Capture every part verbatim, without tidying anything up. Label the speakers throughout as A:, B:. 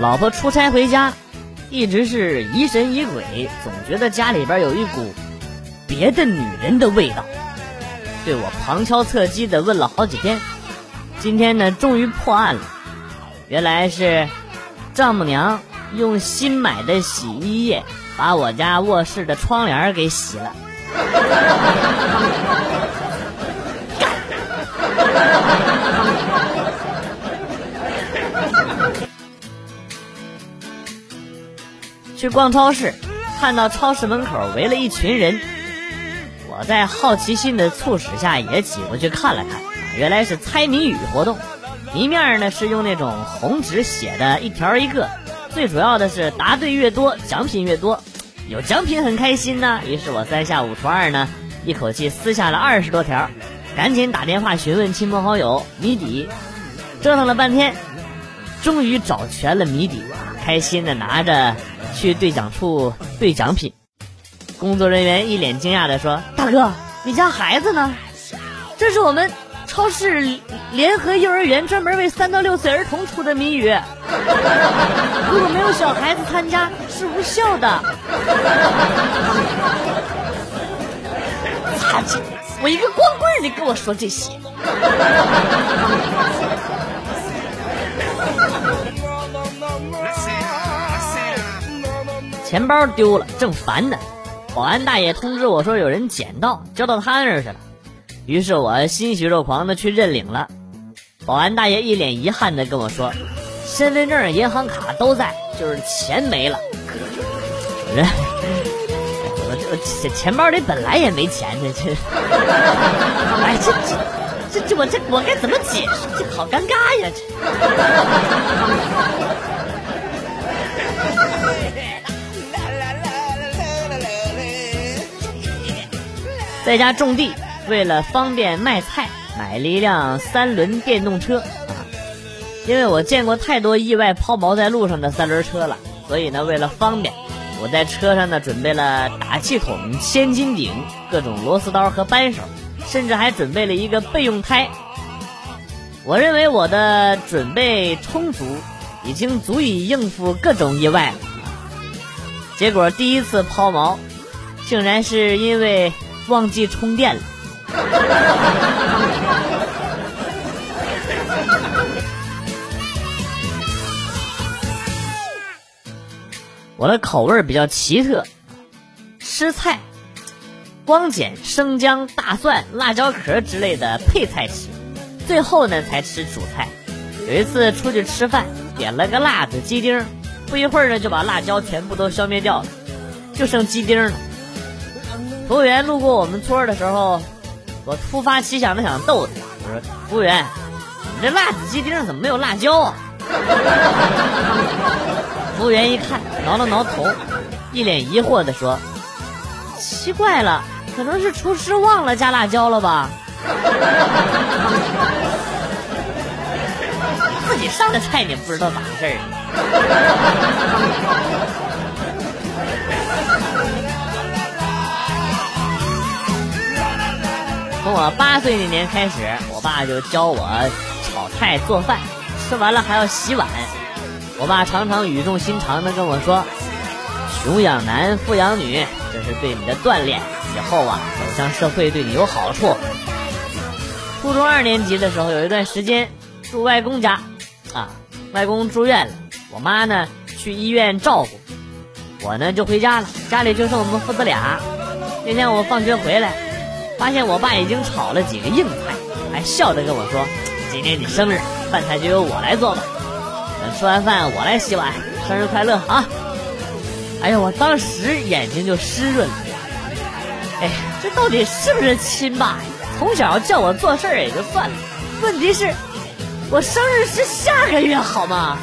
A: 老婆出差回家，一直是疑神疑鬼，总觉得家里边有一股别的女人的味道，对我旁敲侧击的问了好几天。今天呢，终于破案了，原来是丈母娘用新买的洗衣液把我家卧室的窗帘给洗了。去逛超市，看到超市门口围了一群人，我在好奇心的促使下也挤过去看了看，原来是猜谜语活动。谜面呢是用那种红纸写的，一条一个，最主要的是答对越多奖品越多，有奖品很开心呢。于是我三下五除二呢，一口气撕下了二十多条，赶紧打电话询问亲朋好友谜底，折腾了半天，终于找全了谜底，开心的拿着去兑奖处兑奖品。工作人员一脸惊讶的说：“大哥，你家孩子呢？这是我们超市联合幼儿园专门为三到六岁儿童出的谜语，如果没有小孩子参加是无效的。”擦这！我一个光棍你跟我说这些。钱包丢了，正烦呢，保安大爷通知我说有人捡到，交到他那儿去了。于是我欣喜若狂的去认领了。保安大爷一脸遗憾的跟我说，身份证、银行卡都在，就是钱没了。我我这钱包里本来也没钱，这这，哎，这这这这我这我该怎么解释？这好尴尬呀！这在家种地，为了方便卖菜，买了一辆三轮电动车啊。因为我见过太多意外抛锚在路上的三轮车了，所以呢，为了方便，我在车上呢准备了打气筒、千斤顶、各种螺丝刀和扳手，甚至还准备了一个备用胎。我认为我的准备充足，已经足以应付各种意外了。结果第一次抛锚，竟然是因为忘记充电了。我的口味比较奇特，吃菜光捡生姜、大蒜、辣椒壳之类的配菜吃，最后呢才吃主菜。有一次出去吃饭，点了个辣子鸡丁，不一会儿呢就把辣椒全部都消灭掉了，就剩鸡丁了。服务员路过我们村的时候，我突发奇想的想逗他，我说：“服务员，你这辣子鸡丁怎么没有辣椒啊？”服务员一看，挠了挠头，一脸疑惑的说：“奇怪了，可能是厨师忘了加辣椒了吧？”自己上的菜你不知道咋回事儿。从我八岁那年开始，我爸就教我炒菜做饭，吃完了还要洗碗。我爸常常语重心长地跟我说，穷养男富养女，这是对你的锻炼，以后啊走向社会对你有好处。初中二年级的时候，有一段时间住外公家啊，外公住院了，我妈呢去医院照顾，我呢就回家了，家里就剩我们父子俩。那天我放学回来，发现我爸已经炒了几个硬菜，还笑着跟我说，今天你生日，饭菜就由我来做吧，等吃完饭我来洗碗，生日快乐啊！哎呀，我当时眼睛就湿润了。哎呀，这到底是不是亲爸呀？从小叫我做事儿也就算了，问题是我生日是下个月好吗？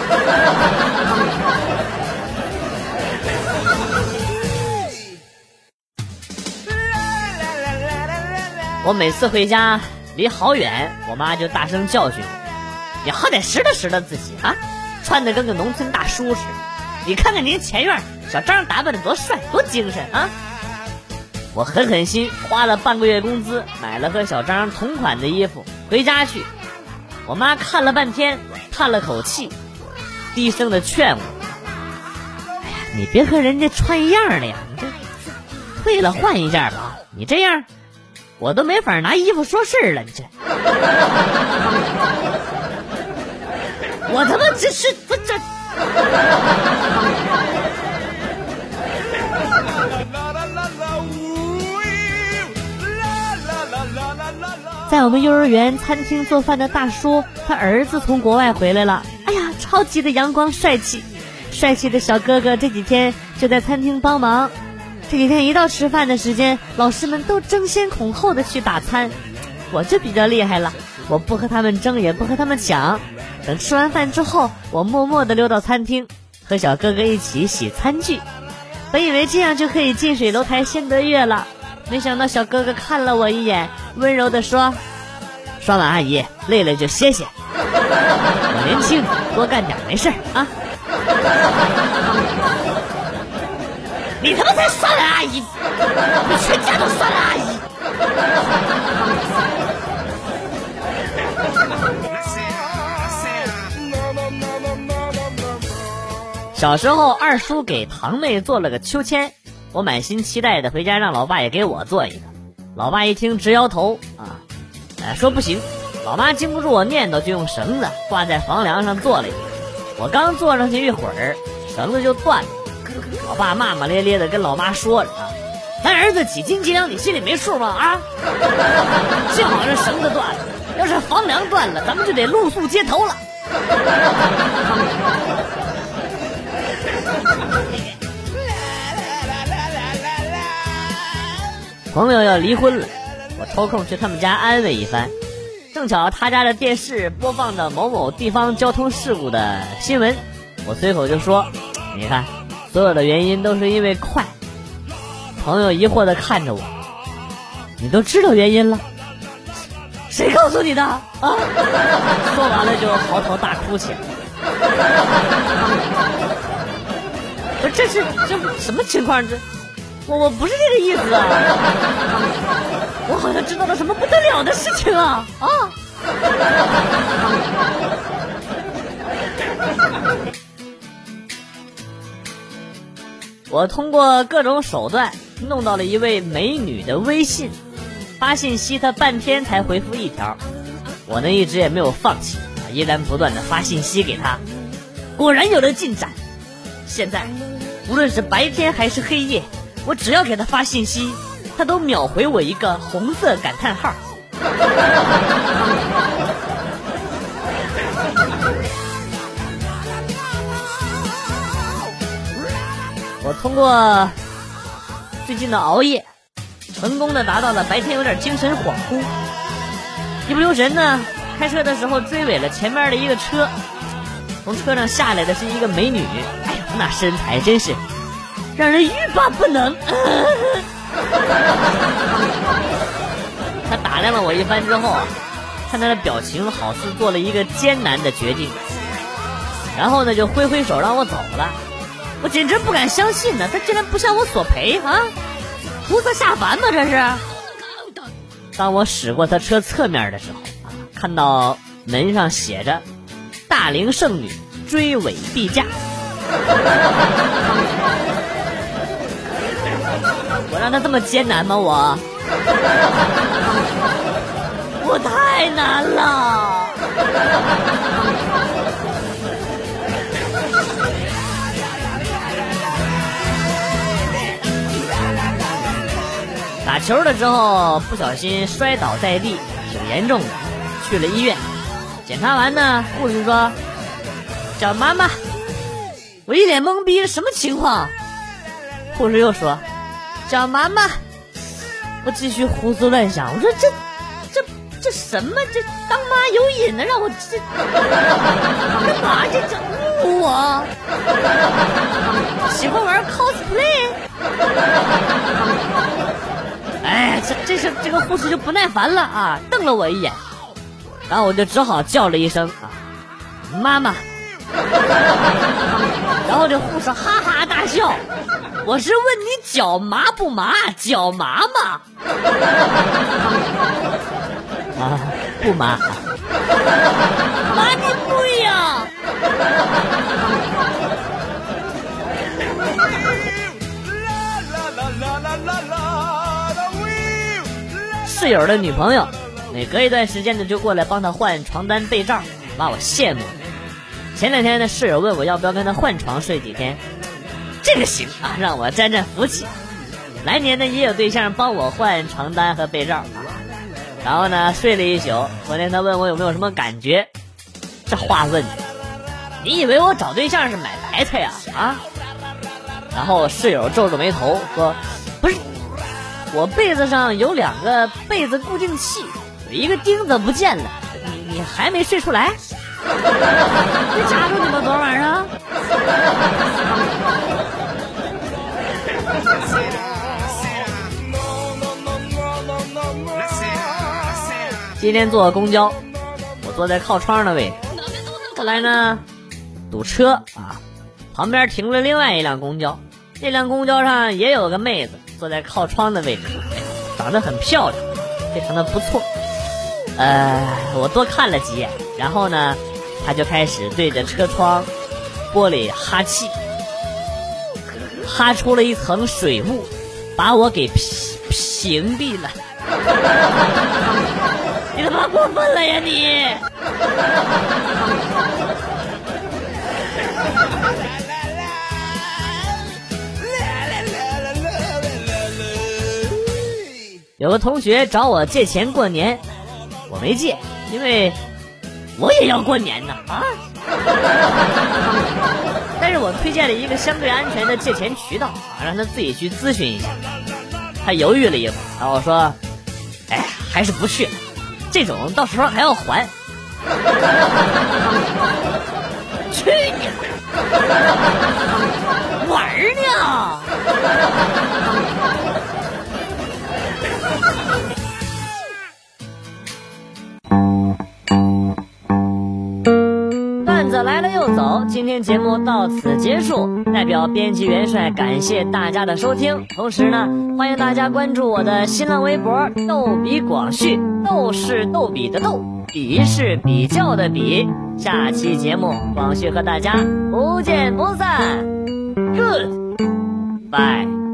A: 我每次回家离好远，我妈就大声教训我，你好歹拾掇拾掇自己啊，穿得跟个农村大叔似的。你看看您前院小张打扮得多帅多精神啊！我狠狠心花了半个月工资买了和小张同款的衣服回家去。我妈看了半天，叹了口气， 低声的劝我：“哎呀，你别和人家穿一样的呀，你这退了换一件吧，你这样我都没法拿衣服说事了。”你这，我他妈这是不这。在我们幼儿园餐厅做饭的大叔，他儿子从国外回来了。哎呀，超级的阳光帅气，帅气的小哥哥这几天就在餐厅帮忙。这几天一到吃饭的时间，老师们都争先恐后的去打餐，我就比较厉害了，我不和他们争，也不和他们抢。等吃完饭之后，我默默地溜到餐厅，和小哥哥一起洗餐具。本以为这样就可以近水楼台先得月了，没想到小哥哥看了我一眼，温柔地说：“刷碗阿姨，累了就歇歇，我年轻，多干点没事啊。”你他妈才刷碗阿姨，你全家都刷碗阿姨。小时候，二叔给堂妹做了个秋千，我满心期待的回家让老爸也给我做一个。老爸一听直摇头啊，哎，说不行。老妈经不住我念叨，就用绳子挂在房梁上做了一个。我刚坐上去一会儿，绳子就断了。老爸骂骂咧咧的跟老妈说着啊：“咱儿子几斤几两，你心里没数吗？啊！幸好这绳子断了，要是房梁断了，咱们就得露宿街头了。”朋友要离婚了，我抽空去他们家安慰一番。正巧他家的电视播放着某某地方交通事故的新闻，我随口就说：“你看，所有的原因都是因为快。”朋友疑惑地看着我：“你都知道原因了？谁告诉你的啊？”说完了就嚎啕大哭起来。不是，这是这什么情况？这我我不是这个意思啊！我好像知道了什么不得了的事情啊啊！我通过各种手段弄到了一位美女的微信，发信息她半天才回复一条。我呢一直也没有放弃，依然不断的发信息给她，果然有了进展。现在无论是白天还是黑夜，我只要给她发信息，她都秒回我一个红色感叹号。我通过最近的熬夜，成功的达到了白天有点精神恍惚，一不留神呢，开车的时候追尾了前面的一个车，从车上下来的是一个美女，哎呦，那身材真是让人欲罢不能。他打量了我一番之后啊，看他的表情好似做了一个艰难的决定，然后呢就挥挥手让我走了。我简直不敢相信呢，他竟然不向我索赔啊！菩萨下凡吗？这是。当我驶过他车侧面的时候啊，看到门上写着“大龄剩女追尾必驾”。我让他这么艰难吗？我我太难了。打球的时候不小心摔倒在地，挺严重的，去了医院。检查完呢，护士说叫妈妈。我一脸懵逼，什么情况？护士又说叫妈妈。我继续胡思乱想，我说这这这什么？这当妈有瘾呢？让我这干嘛？这这侮辱我？喜欢玩 cosplay？ 哎，这这是这个护士就不耐烦了啊，瞪了我一眼，然后我就只好叫了一声啊，妈妈。然后这护士哈哈大笑，我是问你脚麻不麻？脚麻吗？啊，不麻。麻你妹呀！ 室友的女朋友，每隔一段时间呢就过来帮他换床单被罩，把我羡慕。前两天的室友问我要不要跟他换床睡几天，这个行啊，让我沾沾福气。来年呢也有对象帮我换床单和被罩啊。然后呢睡了一宿，昨天他问我有没有什么感觉，这话问的，你以为我找对象是买白菜呀啊？然后室友皱皱眉头说，不是，我被子上有两个被子固定器，有一个钉子不见了，你你还没睡出来？这扎住你们昨晚上？今天坐公交，我坐在靠窗的位置，后来呢堵车啊，旁边停了另外一辆公交，那辆公交上也有个妹子坐在靠窗的位置，长得很漂亮，非常的不错。呃，我多看了几眼，然后呢她就开始对着车窗玻璃哈气，哈出了一层水雾，把我给屏屏蔽了。你他妈过分了呀你！有个同学找我借钱过年，我没借，因为我也要过年呢啊！但是我推荐了一个相对安全的借钱渠道啊，让他自己去咨询一下。他犹豫了一会儿，然后说：“哎，还是不去了，这种到时候还要还。”去你玩呢！段子来了又走，今天节目到此结束，代表编辑元帅感谢大家的收听，同时呢欢迎大家关注我的新浪微博逗比广旭，逗是逗比的逗，比是比较的比。下期节目广旭和大家不见不散， Goodbye。